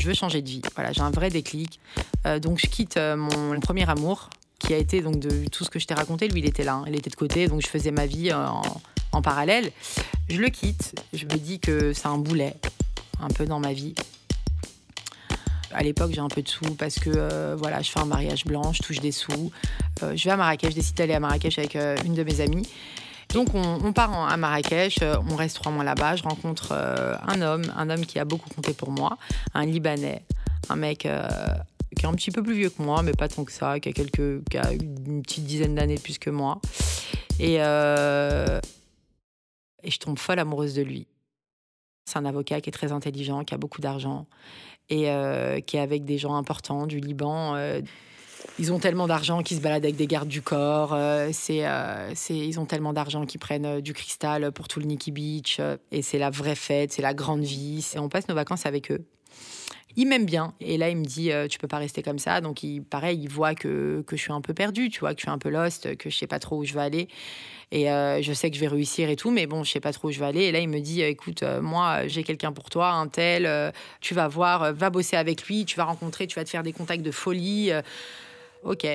je veux changer de vie. Voilà, j'ai un vrai déclic. Donc je quitte mon premier amour, qui a été donc de tout ce que je t'ai raconté. Lui, il était là, il était de côté, donc je faisais ma vie en parallèle. Je le quitte, je me dis que c'est un boulet, un peu dans ma vie. À l'époque, j'ai un peu de sous parce que je fais un mariage blanc, je touche des sous. Je vais à Marrakech, je décide d'aller à Marrakech avec une de mes amies. Donc on part à Marrakech, on reste 3 mois là-bas. Je rencontre un homme qui a beaucoup compté pour moi, un Libanais, un mec qui est un petit peu plus vieux que moi, mais pas tant que ça, qui a une petite dizaine d'années de plus que moi. Et je tombe folle amoureuse de lui. C'est un avocat qui est très intelligent, qui a beaucoup d'argent et qui est avec des gens importants du Liban. Ils ont tellement d'argent qu'ils se baladent avec des gardes du corps. Ils ont tellement d'argent qu'ils prennent du cristal pour tout le Nikki Beach. Et c'est la vraie fête, c'est la grande vie. Et on passe nos vacances avec eux. Il m'aime bien. Et là, il me dit, tu peux pas rester comme ça. Donc, il voit que je suis un peu perdue, tu vois, que je suis un peu lost, que je sais pas trop où je vais aller. Et je sais que je vais réussir et tout, mais bon, je sais pas trop où je vais aller. Et là, il me dit, écoute, moi, j'ai quelqu'un pour toi, un tel, tu vas voir, va bosser avec lui, tu vas rencontrer, tu vas te faire des contacts de folie. Ok.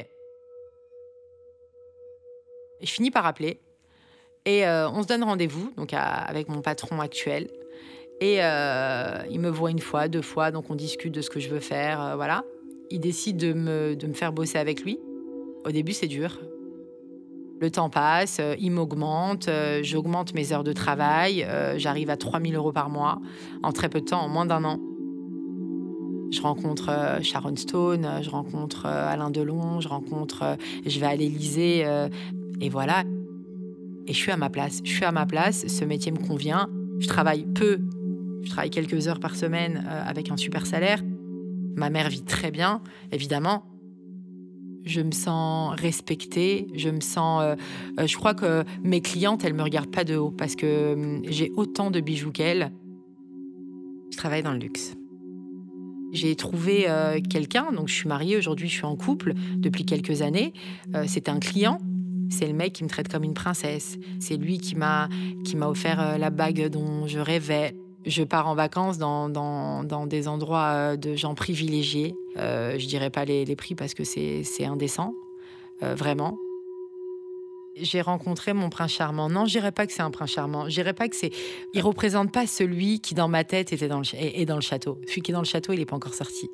Je finis par appeler. Et on se donne rendez-vous donc avec mon patron actuel. Et il me voit 1 fois, 2 fois, donc on discute de ce que je veux faire, voilà. Il décide de me faire bosser avec lui. Au début, c'est dur. Le temps passe, il m'augmente, j'augmente mes heures de travail, j'arrive à 3 000 € par mois, en très peu de temps, en moins d'1 an. Je rencontre Sharon Stone, je rencontre Alain Delon, je vais à l'Élysée, et voilà. Et je suis à ma place, ce métier me convient. Je travaille peu, je travaille quelques heures par semaine avec un super salaire. Ma mère vit très bien, évidemment. Je me sens respectée, je crois que mes clientes, elles me regardent pas de haut parce que j'ai autant de bijoux qu'elles. Je travaille dans le luxe. J'ai trouvé quelqu'un, donc je suis mariée, aujourd'hui je suis en couple depuis quelques années. C'est un client, c'est le mec qui me traite comme une princesse. C'est lui qui m'a offert la bague dont je rêvais. Je pars en vacances dans des endroits de gens privilégiés. Je dirais pas les prix parce que c'est indécent, vraiment. J'ai rencontré mon prince charmant. Non, je dirais pas que c'est un prince charmant. Je dirais pas que c'est... Il représente pas celui qui, dans ma tête, est dans le château. Celui qui est dans le château, il est pas encore sorti.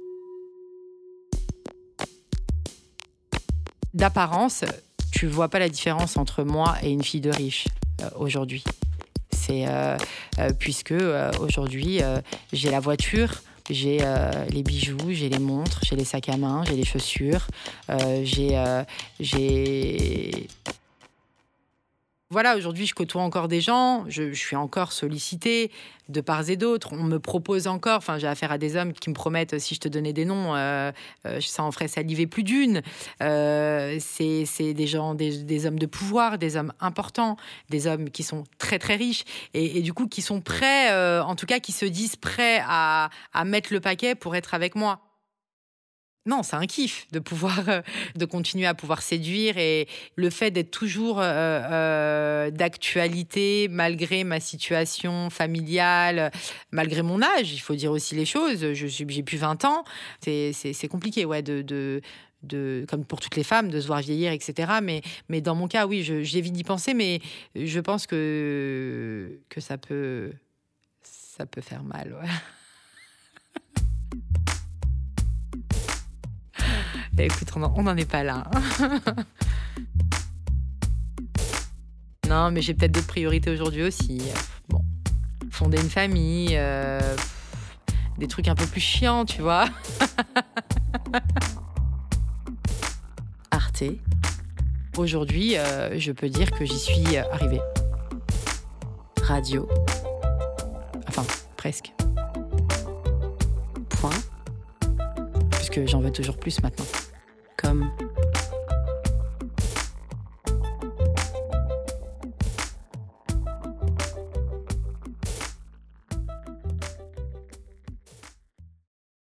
D'apparence, tu vois pas la différence entre moi et une fille de riche aujourd'hui. C'est puisque aujourd'hui, j'ai la voiture, j'ai les bijoux, j'ai les montres, j'ai les sacs à main, j'ai les chaussures, j'ai... Voilà, aujourd'hui, je côtoie encore des gens, je suis encore sollicitée de part et d'autre. On me propose encore, j'ai affaire à des hommes qui me promettent, si je te donnais des noms, ça en ferait saliver plus d'une. C'est des gens, des hommes de pouvoir, des hommes importants, des hommes qui sont très, très riches et du coup, qui sont prêts, en tout cas, qui se disent prêts à mettre le paquet pour être avec moi. Non, c'est un kiff de pouvoir, de continuer à pouvoir séduire et le fait d'être toujours d'actualité malgré ma situation familiale, malgré mon âge, il faut dire aussi les choses. J'ai plus 20 ans, c'est compliqué, ouais, de comme pour toutes les femmes, de se voir vieillir, etc. Mais dans mon cas, oui, j'évite d'y penser, mais je pense que ça peut faire mal, ouais. Écoute, on n'en est pas là. Non, mais j'ai peut-être d'autres priorités aujourd'hui aussi. Bon, fonder une famille, des trucs un peu plus chiants, tu vois. Arte. Aujourd'hui, je peux dire que j'y suis arrivée. Radio. Enfin, presque. Point. Puisque j'en veux toujours plus maintenant. Comme